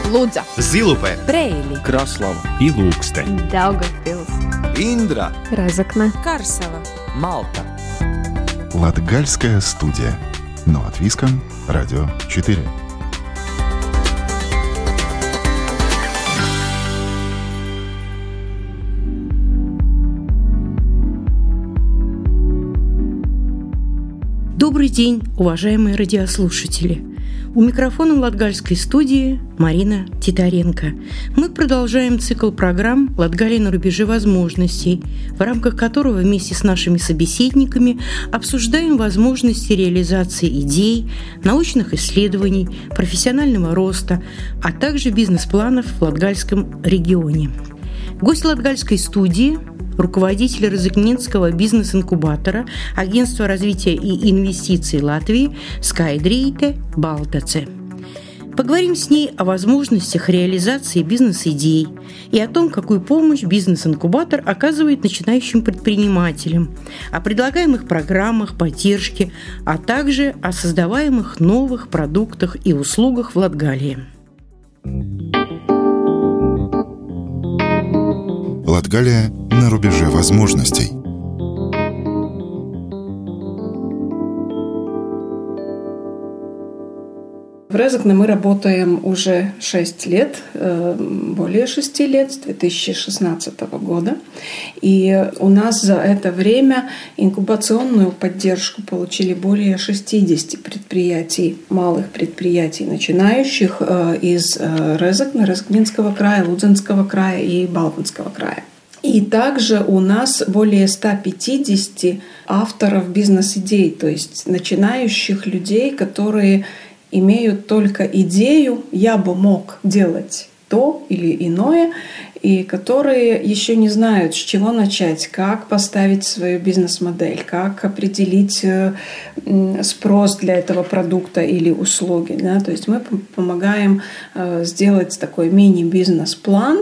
Лудза, Зилупе, Брейли, Краслава и Лукстен, Даугавпилс, Индра, Разокна, Карсела, Малта. Латгальская студия. Но от Виска, Радио 4. Добрый день, уважаемые радиослушатели! У микрофона Латгальской студии Марина Титаренко. Мы продолжаем цикл программ «Латгалия на рубеже возможностей», в рамках которого вместе с нашими собеседниками обсуждаем возможности реализации идей, научных исследований, профессионального роста, а также бизнес-планов в Латгальском регионе. Гость Латгальской студии – руководитель Розыкненского бизнес-инкубатора Агентства развития и инвестиций Латвии Скайдрейте Балдаце. Поговорим с ней о возможностях реализации бизнес-идей и о том, какую помощь бизнес-инкубатор оказывает начинающим предпринимателям, о предлагаемых программах поддержки, а также о создаваемых новых продуктах и услугах в Латгалии. Латгалия на рубеже возможностей. В Разокне мы работаем уже 6 лет, более 6 лет, с 2016 года. И у нас за это время инкубационную поддержку получили более 60 предприятий, малых предприятий, начинающих из Разокне, Розыкненского края, Лудзенского края и Балканского края. И также у нас более 150 авторов бизнес-идей, то есть начинающих людей, которые имеют только идею «я бы мог делать то или иное», и которые еще не знают, с чего начать, как поставить свою бизнес-модель, как определить спрос для этого продукта или услуги. Да? То есть мы помогаем сделать такой мини-бизнес-план,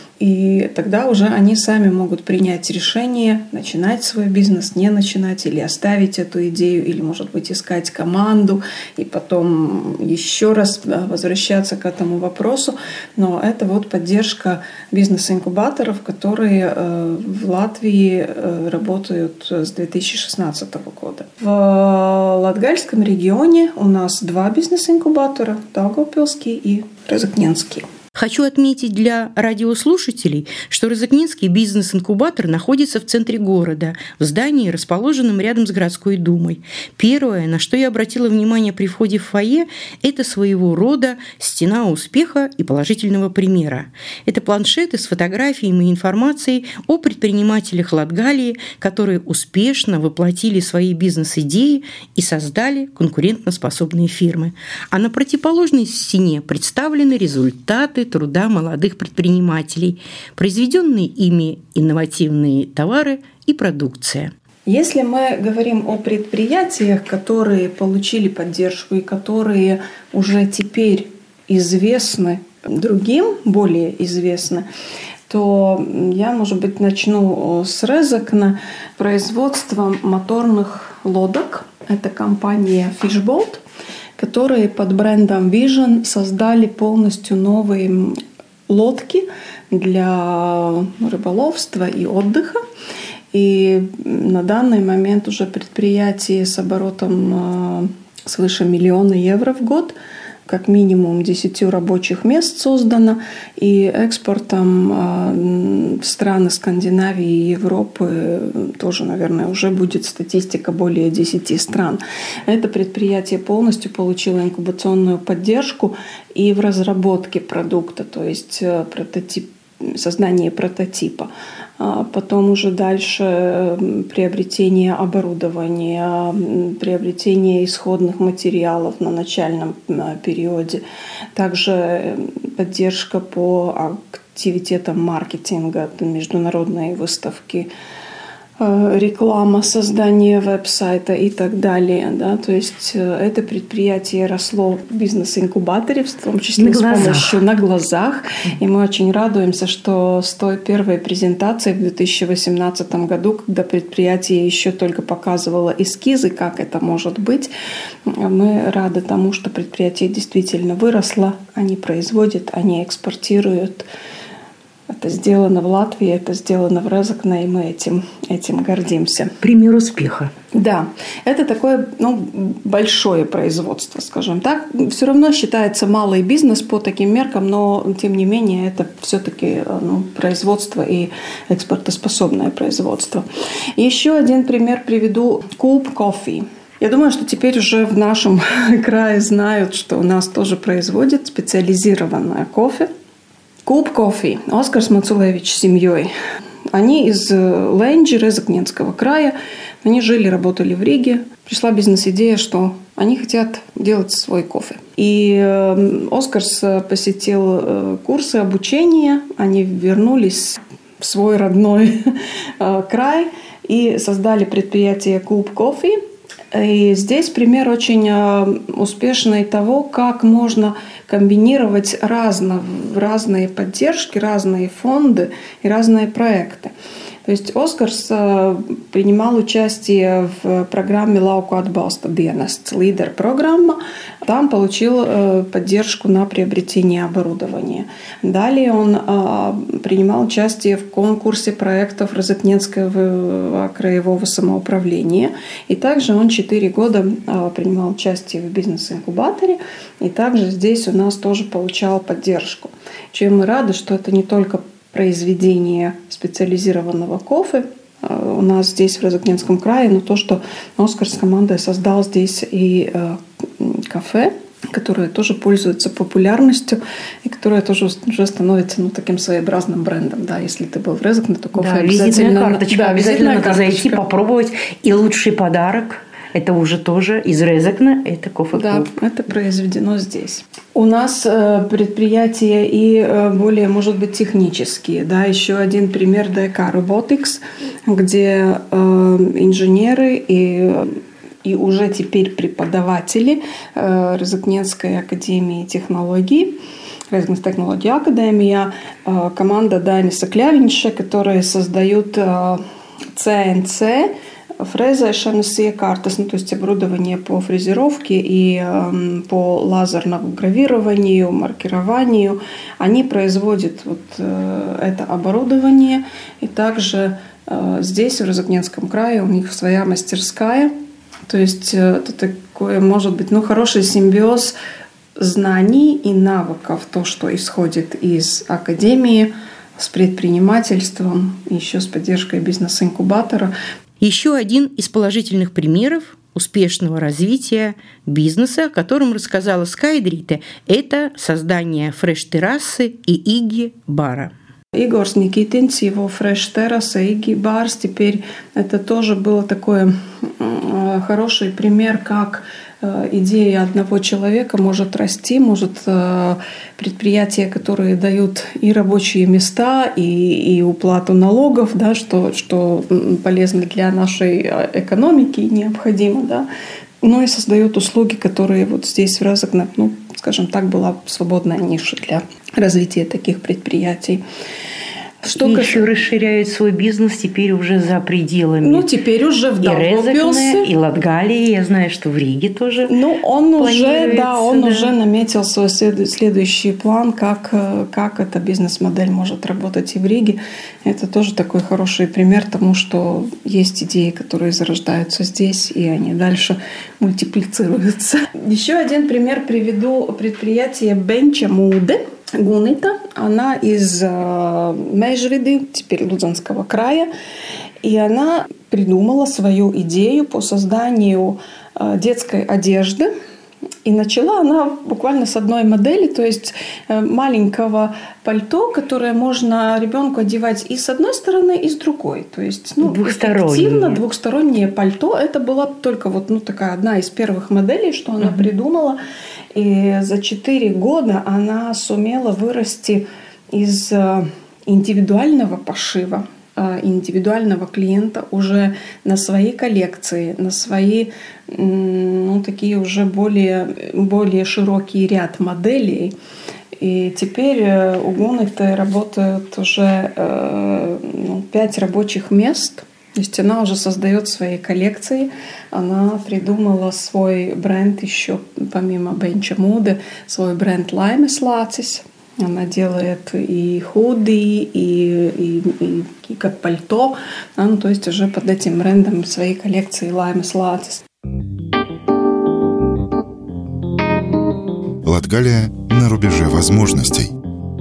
и тогда уже они сами могут принять решение, начинать свой бизнес, не начинать, или оставить эту идею, или, может быть, искать команду, и потом еще раз возвращаться к этому вопросу. Но это вот поддержка бизнес-инкубаторов, которые в Латвии работают с 2016 года. В Латгальском регионе у нас 2 бизнес-инкубатора – Даугавпилский и Розыкненский. Хочу отметить для радиослушателей, что Розыкненский бизнес-инкубатор находится в центре города, в здании, расположенном рядом с городской думой. Первое, на что я обратила внимание при входе в фойе, это своего рода стена успеха и положительного примера. Это планшеты с фотографиями и информацией о предпринимателях Латгалии, которые успешно воплотили свои бизнес-идеи и создали конкурентоспособные фирмы. А на противоположной стене представлены результаты труда молодых предпринимателей, произведенные ими инновативные товары и продукция. Если мы говорим о предприятиях, которые получили поддержку и которые уже теперь известны другим, более известны, то я, может быть, начну с Разокне. Производство моторных лодок. Это компания Fishboat, которые под брендом Vision создали полностью новые лодки для рыболовства и отдыха. И на данный момент уже предприятие с оборотом свыше 1 миллиона евро в год, как минимум 10 рабочих мест создано, и экспортом в страны Скандинавии и Европы тоже, наверное, уже будет статистика более 10 стран. Это предприятие полностью получило инкубационную поддержку и в разработке продукта, то есть создание прототипа. Потом уже дальше приобретение оборудования, приобретение исходных материалов на начальном периоде. Также поддержка по активитетам маркетинга, международные выставки, реклама, создание веб-сайта и так далее. Да? То есть это предприятие росло в бизнес-инкубаторе, в том числе на глазах. И мы очень радуемся, что с той первой презентации в 2018 году, когда предприятие еще только показывало эскизы, как это может быть, мы рады тому, что предприятие действительно выросло, они производят, они экспортируют. Это сделано в Латвии, это сделано в Резекне, и мы этим гордимся. Пример успеха. Да, это такое большое производство, скажем так. Все равно считается малый бизнес по таким меркам, но тем не менее это все-таки производство и экспортоспособное производство. Еще один пример приведу. Coop Coffee. Я думаю, что теперь уже в нашем крае знают, что у нас тоже производят специализированное кофе. Coop Coffee, Оскарс Мацулевич с семьей. Они из Ленджи, Резекненского края. Они жили, работали в Риге. Пришла бизнес-идея, что они хотят делать свой кофе. И Оскарс посетил курсы обучения. Они вернулись в свой родной край и создали предприятие Coop Coffee. И здесь пример очень успешный того, как можно комбинировать разные поддержки, разные фонды и разные проекты. То есть Оскарс принимал участие в программе «Lauku atbalsta dienests», лидер-программа. Там получил поддержку на приобретение оборудования. Далее он принимал участие в конкурсе проектов Резекненского краевого самоуправления. И также он 4 года принимал участие в бизнес-инкубаторе. И также здесь у нас тоже получал поддержку. Чем мы рады, что это не только произведение специализированного кофе у нас здесь, в Резекненском крае, но то, что Оскар с командой создал здесь и кафе, которое тоже пользуется популярностью и которое тоже уже становится таким своеобразным брендом. Да, если ты был в Резекне, то кофе обязательно карточка. Да, обязательно надо зайти, попробовать. И лучший подарок – это уже тоже из Резекне, это кофе-клуб. Да, это произведено здесь. У нас предприятия и более, может быть, технические. Да, еще один пример DK Robotics, где инженеры и уже теперь преподаватели Резекненской академии технологий, Резекненской технологии академия, команда Дайниса Кļaviņša, которые создают CNC, фрезēšanas iekārtas, то есть оборудование по фрезеровке и по лазерному гравированию, маркированию. Они производят это оборудование. И также здесь, в Резекненском крае, у них своя мастерская. То есть это такой, может быть, хороший симбиоз знаний и навыков, то, что исходит из академии, с предпринимательством, еще с поддержкой бизнес-инкубатора. Еще один из положительных примеров успешного развития бизнеса, о котором рассказала Скайдрита, это создание фреш-террасы и Igi-бара. Игорь Никитинц, его фреш-терраса, Igi-бар, теперь это тоже был такой хороший пример, как идея одного человека может расти, может предприятия, которые дают и рабочие места, и уплату налогов, да, что полезно для нашей экономики и необходимо, да, но и создают услуги, которые вот здесь в Резекне, скажем так, была свободная ниша для развития таких предприятий. Что еще расширяют свой бизнес теперь уже за пределами. Теперь уже в Даугавпилсе. И Латгалии. Я знаю, что в Риге тоже. Он уже наметил свой следующий план, как эта бизнес-модель может работать и в Риге. Это тоже такой хороший пример тому, что есть идеи, которые зарождаются здесь, и они дальше мультиплицируются. Еще один пример приведу. Предприятие Бенча Муде. Гунита, она из Межвиды, теперь Лудзанского края, и она придумала свою идею по созданию детской одежды. И начала она буквально с одной модели, то есть маленького пальто, которое можно ребенку одевать и с одной стороны, и с другой. То есть двухстороннее пальто. Это была только такая одна из первых моделей, что она придумала. И за 4 года она сумела вырасти из индивидуального пошива индивидуального клиента уже на свои коллекции, на свои такие уже более широкий ряд моделей. И теперь у Гуннеты работают уже 5 рабочих мест. То есть она уже создает свои коллекции. Она придумала свой бренд еще помимо Бенча Моды, свой бренд Laimes Lācis. Она делает и худи, и как пальто. То есть уже под этим брендом свои коллекции Laimes Lācis. Латгалия на рубеже возможностей.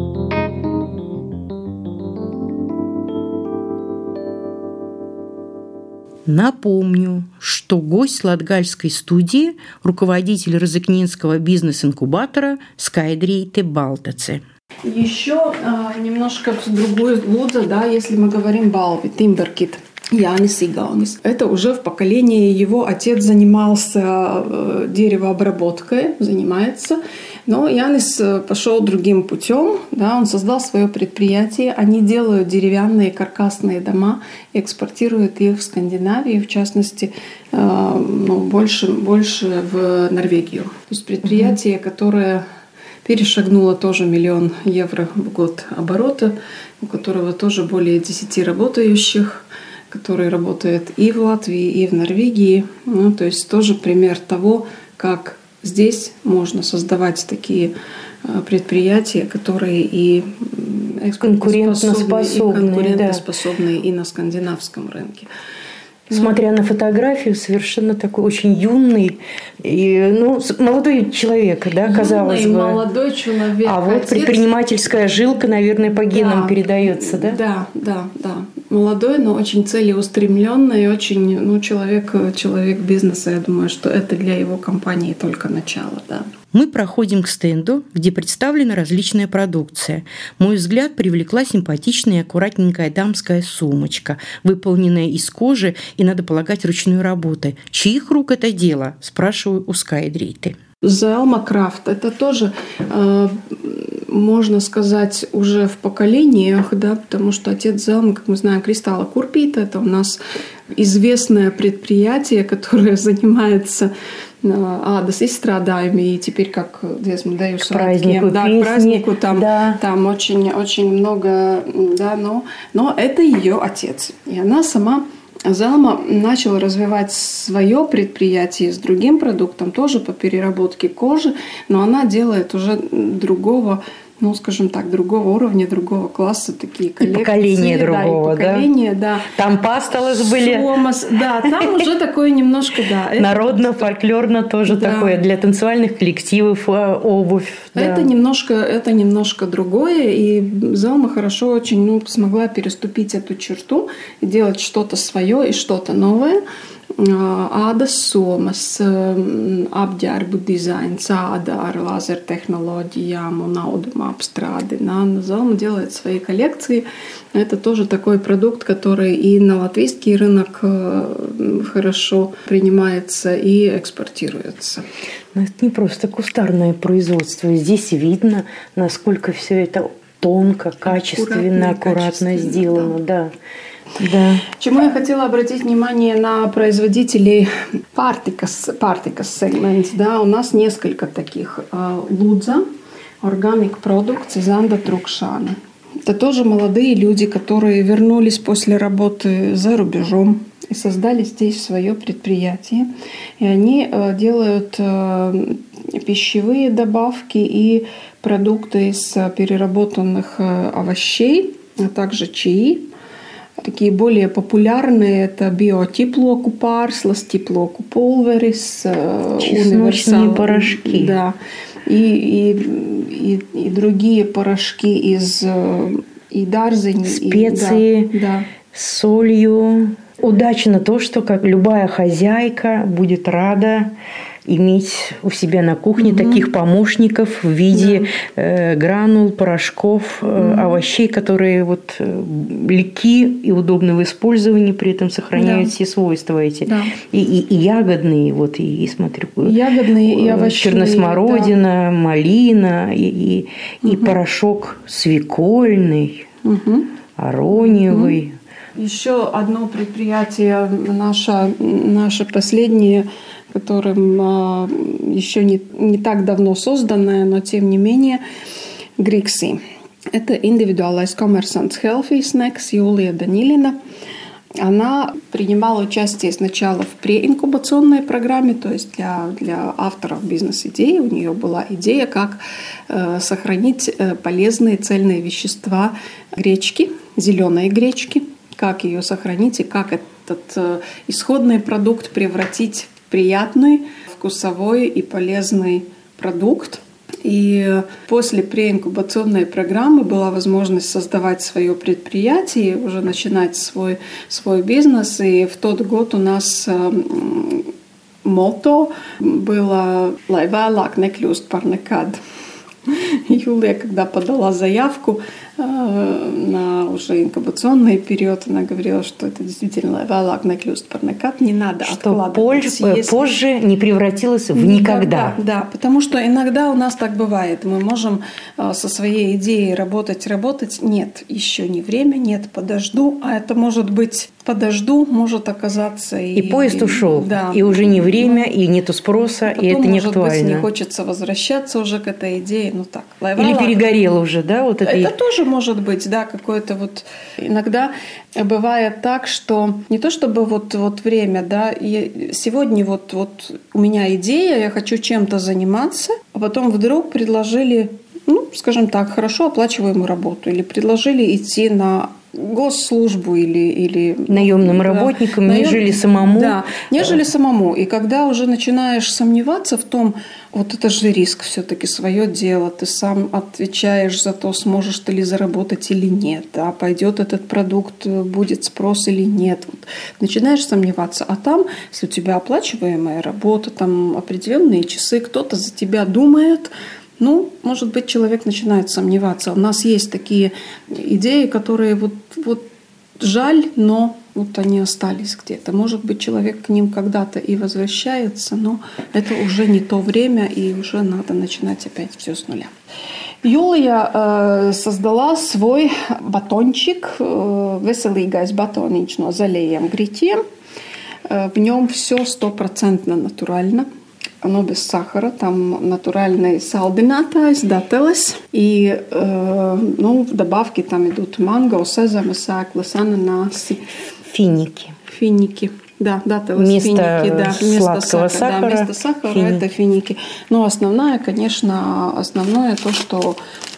Напомню, что гость Латгальской студии – руководитель Розыкненского бизнес-инкубатора Skaidrīte Baltace. Еще немножко в другую лудзу, если мы говорим Balvi, Timberkit. Jānis Igaunis. Это уже в поколении его отец занимался деревообработкой, занимается. Но Янис пошел другим путем. Он создал свое предприятие. Они делают деревянные каркасные дома, экспортируют их в Скандинавию, в частности, больше в Норвегию. То есть предприятие, которое перешагнуло тоже 1 000 000 евро в год оборота, у которого тоже более 10 работающих, который работает и в Латвии, и в Норвегии. То есть тоже пример того, как здесь можно создавать такие предприятия, которые и конкурентоспособны и на скандинавском рынке. Смотря на фотографию, совершенно такой очень юный и молодой человек, казалось бы. Молодой человек. А вот предпринимательская жилка, наверное, по генам передается, да? Да. Молодой, но очень целеустремленный, очень человек бизнеса. Я думаю, что это для его компании только начало, да. Мы проходим к стенду, где представлена различная продукция. Мой взгляд привлекла симпатичная и аккуратненькая дамская сумочка, выполненная из кожи и, надо полагать, ручной работы. Чьих рук это дело? Спрашиваю у Skaidrīte. Zelma Kraft – это тоже, можно сказать, уже в поколениях, потому что отец Zelma, как мы знаем, Kristāla Kurpīte – это у нас известное предприятие, которое занимается ādas izstrādājumi, и теперь как dziesmu deju празднику, к празднику там очень много, но это ее отец. И она сама, Zelma, начала развивать свое предприятие с другим продуктом, тоже по переработке кожи, но она делает уже другого, другого уровня, другого класса, такие коллекции. Поколение другого, да? Там пастелы были. Сомас, там уже такое немножко, Народно-фольклорно тоже такое, для танцевальных коллективов, обувь. Это немножко другое, и Zelma хорошо очень смогла переступить эту черту и делать что-то свое и что-то новое. Ādas somas, apģērbu dizains, āda ar лазер-технологиям, аудuma apstrādi. Zelma делает свои коллекции. Это тоже такой продукт, который и на латвийский рынок хорошо принимается и экспортируется. Но это не просто кустарное производство. Здесь видно, насколько все это тонко, качественно, аккуратно сделано. Да. Чему я хотела обратить внимание на производителей Pārtikas сегмент. У нас несколько таких. Лудза, Organic Products и Zanda Trukšāne. Это тоже молодые люди, которые вернулись после работы за рубежом и создали здесь свое предприятие. И они делают пищевые добавки и продукты из переработанных овощей, а также чаи. Такие более популярные – это биотиплоку pārslas, tiplоку pulveris, чесночные порошки. Да. И другие порошки из дārzeņi. Специи, с солью. Удачно то, что как любая хозяйка будет рада иметь у себя на кухне таких помощников в виде гранул, порошков, овощей, которые легки и удобны в использовании, при этом сохраняют все свойства эти. Да. И ягодные, и смотрю, ягодные и овощные, черносмородина, малина, и порошок свекольный, ароньевый. Еще одно предприятие наше последнее, которым еще не так давно созданное, но тем не менее, Grixi. Это индивидуальный коммерсант Healthy Snacks Юлия Данилина. Она принимала участие сначала в преинкубационной программе, то есть для авторов бизнес-идеи. У нее была идея, как сохранить полезные цельные вещества гречки, зеленой гречки, как ее сохранить и как этот исходный продукт превратить в приятный, вкусовой и полезный продукт. И после преинкубационной программы была возможность создавать свое предприятие, уже начинать свой бизнес. И в тот год у нас мото было «Lai vēlāk nekļūst par nekad». Юлия, когда подала заявку на уже инкубационный период, она говорила, что это действительно «vēlāk nekļūst par nekad», не надо откладывать. Что позже не превратилось в никогда. Да, потому что иногда у нас так бывает. Мы можем со своей идеей работать. Нет, еще не время, нет, подожду. А это может быть подожду, может оказаться... И поезд ушел, да. И уже не время, и нету спроса, и это не актуально. Может быть, не хочется возвращаться уже к этой идее. Ну так. Или перегорело уже, да? Вот это тоже может быть, да, какое-то вот... Иногда бывает так, что не то чтобы вот время, да, сегодня вот у меня идея, я хочу чем-то заниматься, а потом вдруг предложили, скажем так, хорошо оплачиваемую работу, или предложили идти на госслужбу или наемным работникам, нежели самому. Да, нежели самому. И когда уже начинаешь сомневаться в том, вот это же риск, все-таки свое дело, ты сам отвечаешь за то, сможешь ты ли заработать или нет, да, пойдет этот продукт, будет спрос или нет. Вот. Начинаешь сомневаться, а там, если у тебя оплачиваемая работа, там определенные часы, кто-то за тебя думает. Может быть, человек начинает сомневаться. У нас есть такие идеи, которые вот жаль, но вот они остались где-то. Может быть, человек к ним когда-то и возвращается, но это уже не то время, и уже надо начинать опять все с нуля. Юлия создала свой батончик, veselīgais batoniņš no zaļajiem griķiem. В нем все 100% натурально. Оно без сахара, там натуральный салдinātājs, дателес. И в добавки там идут манго, сезама, сēklas, ананасы. Финики. Да, дателес, финики. Да, вместо сладкого сахара. Да, вместо сахара это финики. Но основное то, что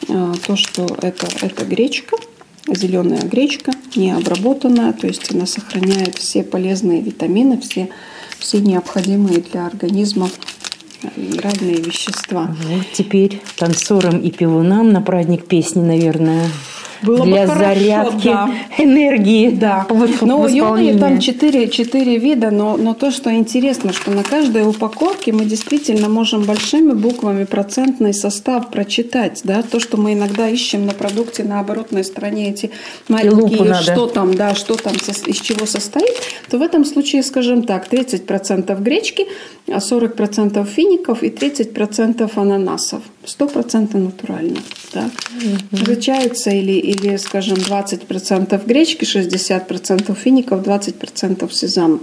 это гречка, зеленая гречка, не обработанная, то есть она сохраняет все полезные витамины, все необходимые для организма минеральные вещества. Вот теперь танцорам и певунам на праздник песни, наверное, было для бы хорошо, зарядки да. энергии. Да. Но у Юлии там 4 вида, но то, что интересно, что на каждой упаковке мы действительно можем большими буквами процентный состав прочитать. Да? То, что мы иногда ищем на продукте на оборотной стороне, эти маленькие, что там, из чего состоит, то в этом случае, скажем так, 30% гречки, 40% фиников и 30% ананасов. 100% натурально. Да? Отличаются или, скажем, 20% гречки, 60% фиников, 20% сезама.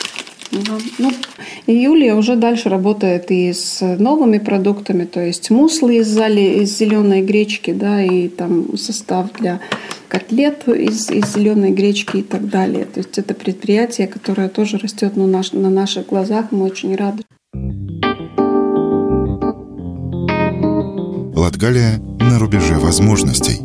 Юлия уже дальше работает и с новыми продуктами, то есть мусли из зеленой гречки, да, и там состав для котлет из зеленой гречки и так далее. То есть это предприятие, которое тоже растет на наших глазах, мы очень рады. Латгалия на рубеже возможностей.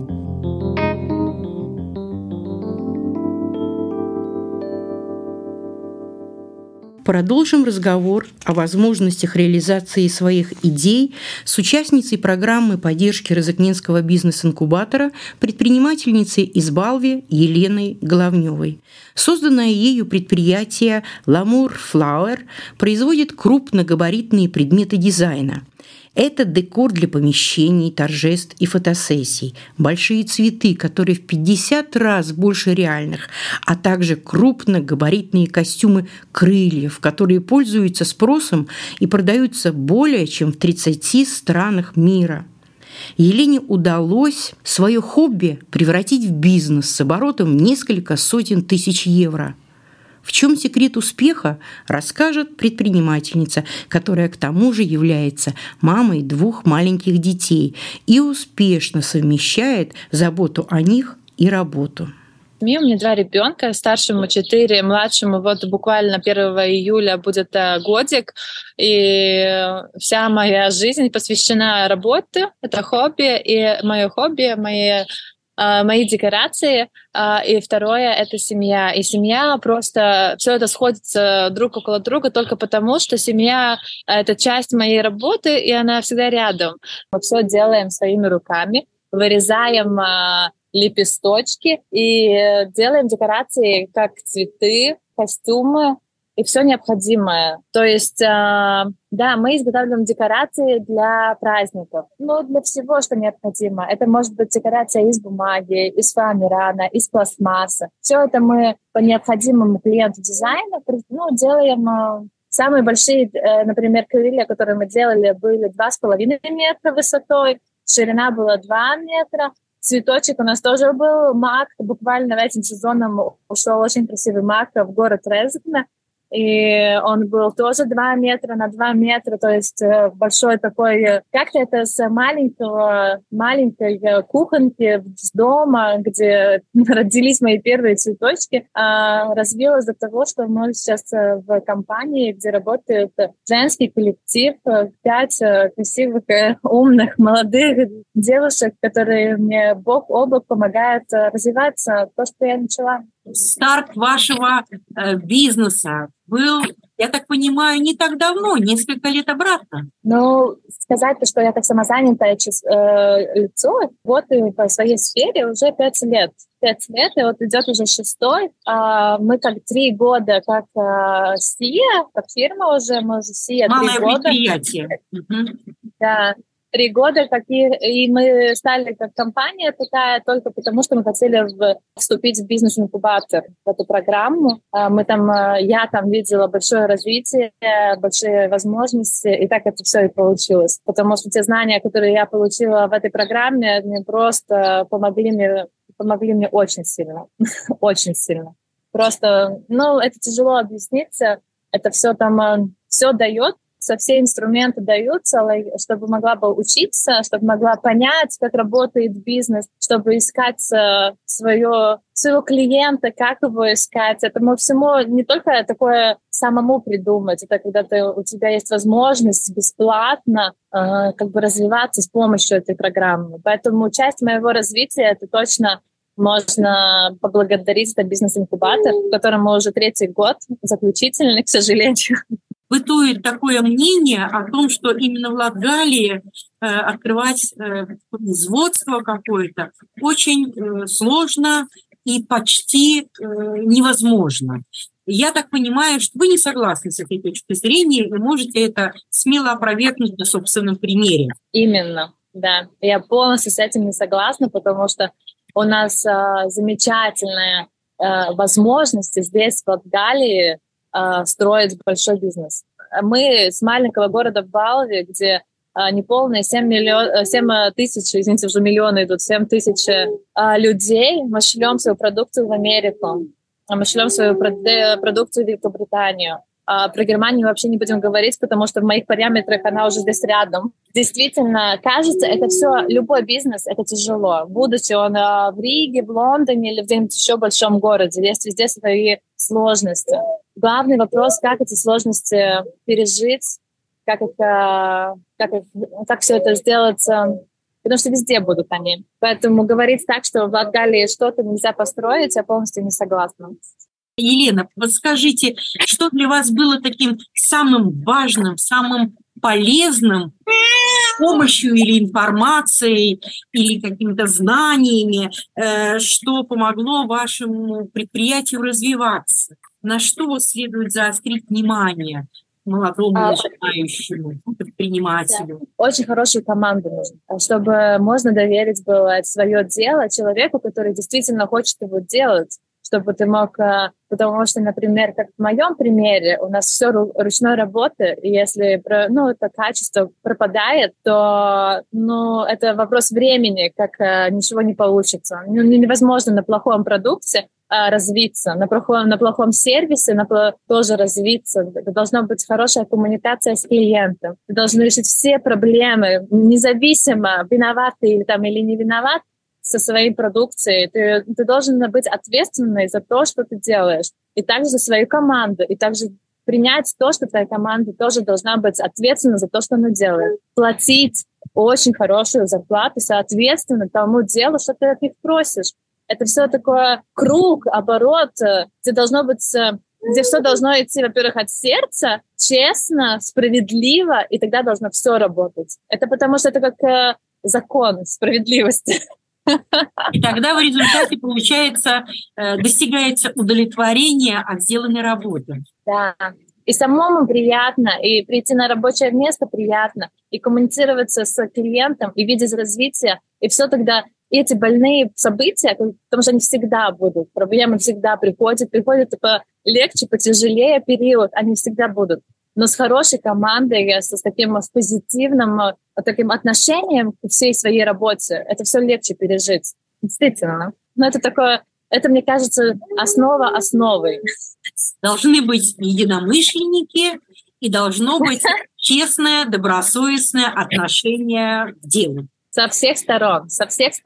Продолжим разговор о возможностях реализации своих идей с участницей программы поддержки Розыкненского бизнес-инкубатора, предпринимательницей из Балви Еленой Головневой. Созданное ею предприятие L'amour Flower производит крупногабаритные предметы дизайна. Это декор для помещений, торжеств и фотосессий, большие цветы, которые в 50 раз больше реальных, а также крупногабаритные костюмы крыльев, которые пользуются спросом и продаются более чем в 30 странах мира. Елене удалось свое хобби превратить в бизнес с оборотом в несколько сотен тысяч евро. В чем секрет успеха, расскажет предпринимательница, которая к тому же является мамой 2 маленьких детей и успешно совмещает заботу о них и работу. У меня 2 ребенка, старшему 4, младшему вот буквально 1 июля будет годик. И вся моя жизнь посвящена работе, это хобби, и мое хобби, мои декорации, и второе — это семья. И семья просто... Все это сходится друг около друга только потому, что семья — это часть моей работы, и она всегда рядом. Мы все делаем своими руками, вырезаем лепесточки и делаем декорации, как цветы, костюмы и все необходимое. То есть, да, мы изготавливаем декорации для праздников, для всего, что необходимо. Это может быть декорация из бумаги, из фоамирана, из пластмассы. Все это мы по необходимому клиенту дизайна делаем. Самые большие, например, крылья, которые мы делали, были 2,5 метра высотой, ширина была 2 метра. Цветочек у нас тоже был мак. Буквально этим сезоном ушел очень красивый мак в город Резекне. И он был тоже 2 метра на 2 метра, то есть большой такой... Как-то это с маленькой кухонки с дома, где родились мои первые цветочки, развилось до того, что мы сейчас в компании, где работает женский коллектив, 5 красивых, умных, молодых девушек, которые мне бок о бок помогают развиваться, то, что я начала. Старт вашего бизнеса был, я так понимаю, не так давно, несколько лет обратно. Сказать, что я так самозанятое лицо, работаю по своей сфере уже 5 лет. 5 лет, и вот идет уже 6-й. Мы как 3 года, как СИА, как фирма уже, мы уже СИА 3 года. Малое предприятие. Да. 3 года, и мы стали как компания такая только потому, что мы хотели вступить в бизнес-инкубатор, в эту программу. Я там видела большое развитие, большие возможности, и так это все и получилось. Потому что те знания, которые я получила в этой программе, они просто помогли мне очень сильно. Очень сильно. Просто, это тяжело объяснить. Это все там, все дает. Все инструменты даются, чтобы могла бы учиться, чтобы могла понять, как работает бизнес, чтобы искать своего клиента, как его искать. Это всему не только такое самому придумать, это когда у тебя есть возможность бесплатно развиваться с помощью этой программы. Поэтому часть моего развития — это точно можно поблагодарить этот бизнес-инкубатор, в котором мы уже 3-й год, заключительный, к сожалению. Бытует такое мнение о том, что именно в Латгалии открывать производство какое-то очень сложно и почти невозможно. Я так понимаю, что вы не согласны с этой точкой зрения и можете это смело опровергнуть на собственном примере. Именно, да. Я полностью с этим не согласна, потому что у нас замечательная возможность здесь, в Латгалии, строить большой бизнес. Мы с маленького города Балви, где неполные 7 тысяч, извините, уже миллионы идут, 7 тысяч людей, мы шлем свою продукцию в Америку, мы шлем свою продукцию в Великобританию. Про Германию вообще не будем говорить, потому что в моих параметрах она уже здесь рядом. Действительно, кажется, это все, любой бизнес, это тяжело. Будучи он в Риге, в Лондоне или в где-нибудь еще большом городе, есть везде свои сложности. Главный вопрос, как эти сложности пережить, как все это сделать, потому что везде будут они. Поэтому говорить так, что в Латгалии что-то нельзя построить, я полностью не согласна. Елена, подскажите, что для вас было таким самым важным, самым полезным помощью или информацией, или какими-то знаниями, что помогло вашему предприятию развиваться? На что следует заострить внимание молодому начинающему предпринимателю? Очень хорошую команду нужно, чтобы можно доверить было свое дело человеку, который действительно хочет его делать, чтобы ты мог... Потому что, например, как в моем примере, у нас все ручной работы, и если это качество пропадает, то это вопрос времени, как ничего не получится. Невозможно на плохом продукте развиться, на плохом сервисе тоже развиться. Должна быть хорошая коммуникация с клиентом. Ты должен решить все проблемы, независимо, виноват ты или не виноват, со своей продукцией. Ты должен быть ответственной за то, что ты делаешь. И также за свою команду. И также принять то, что твоя команда тоже должна быть ответственна за то, что она делает. Платить очень хорошую зарплату соответственно тому делу, что ты от них просишь. Это все такой круг, оборот, где все должно идти, во-первых, от сердца, честно, справедливо, и тогда должно все работать. Это потому что это как закон справедливости. И тогда в результате, получается, достигается удовлетворение от сделанной работы. Да. И самому приятно, и прийти на рабочее место приятно, и коммуницироваться с клиентом, и видеть развитие. И все тогда эти больные события, потому что они всегда будут, проблемы всегда приходят легче, потяжелее период, они всегда будут. Но с хорошей командой, с позитивным таким отношением к всей своей работе, это все легче пережить. Действительно. Но это, мне кажется, основа основы. Должны быть единомышленники, и должно быть честное, добросовестное отношение к делу. Со всех сторон. С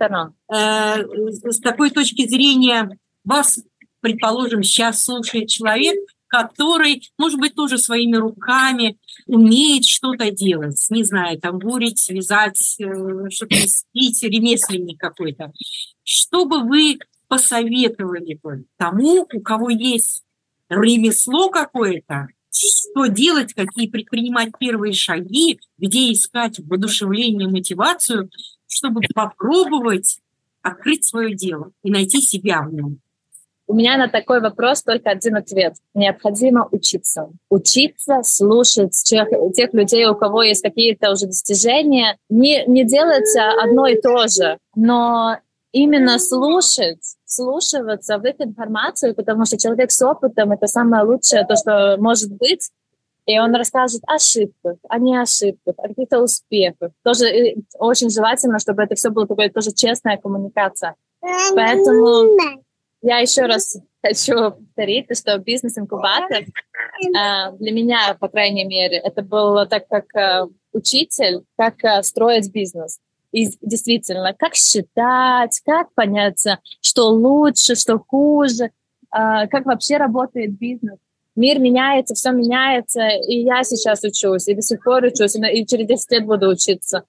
такой точки зрения, вас, предположим, сейчас слушает человек, который, может быть, тоже своими руками умеет что-то делать. Не знаю, бурить, вязать, что-то спить, ремесленник какой-то. Что бы вы посоветовали бы тому, у кого есть ремесло какое-то, что делать, какие предпринимать первые шаги, где искать воодушевление, мотивацию, чтобы попробовать открыть свое дело и найти себя в нем? У меня на такой вопрос только один ответ. Необходимо учиться. Учиться, слушать тех людей, у кого есть какие-то уже достижения. Не делать одно и то же, но именно вслушиваться в их информацию, потому что человек с опытом — это самое лучшее, то, что может быть. И он расскажет о ошибках, о неошибках, о каких-то успехах. Тоже очень желательно, чтобы это все было такое тоже честная коммуникация. Поэтому я еще раз хочу повторить, что бизнес-инкубатор для меня, по крайней мере, это было так как учитель, как строить бизнес. И действительно, как считать, как понять, что лучше, что хуже, как вообще работает бизнес. Мир меняется, все меняется, и я сейчас учусь, и до сих пор учусь, и через 10 лет буду учиться.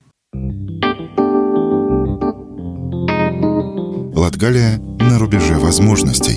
Латгалия на рубеже возможностей.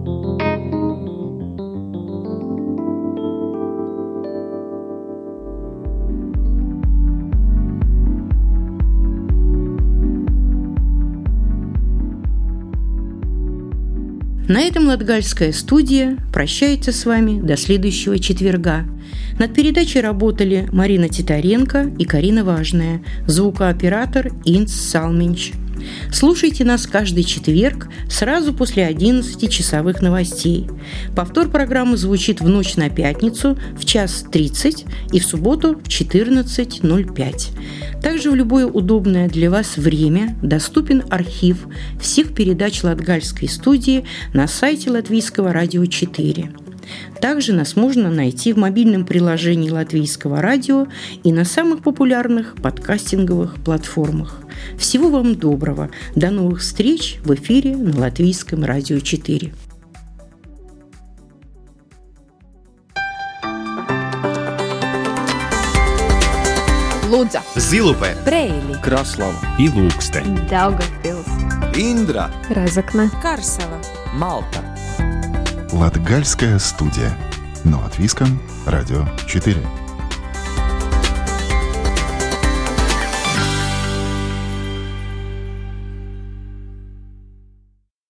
На этом Латгальская студия прощается с вами до следующего четверга. Над передачей работали Марина Титаренко и Карина Важная, звукооператор Инс Салминч. Слушайте нас каждый четверг сразу после 11 часовых новостей. Повтор программы звучит в ночь на пятницу в 1:30 и в субботу в 14:05. Также в любое удобное для вас время доступен архив всех передач Латгальской студии на сайте Латвийского радио 4. Также нас можно найти в мобильном приложении Латвийского радио и на самых популярных подкастинговых платформах. Всего вам доброго. До новых встреч в эфире на Латвийском радио 4. Лудза, Зилупе, Брейли, Краслава и Лукстен, Даугавпилс, Индра, Разокна, Карсела, Малта. Латгальская студия на Латвийском радио 4.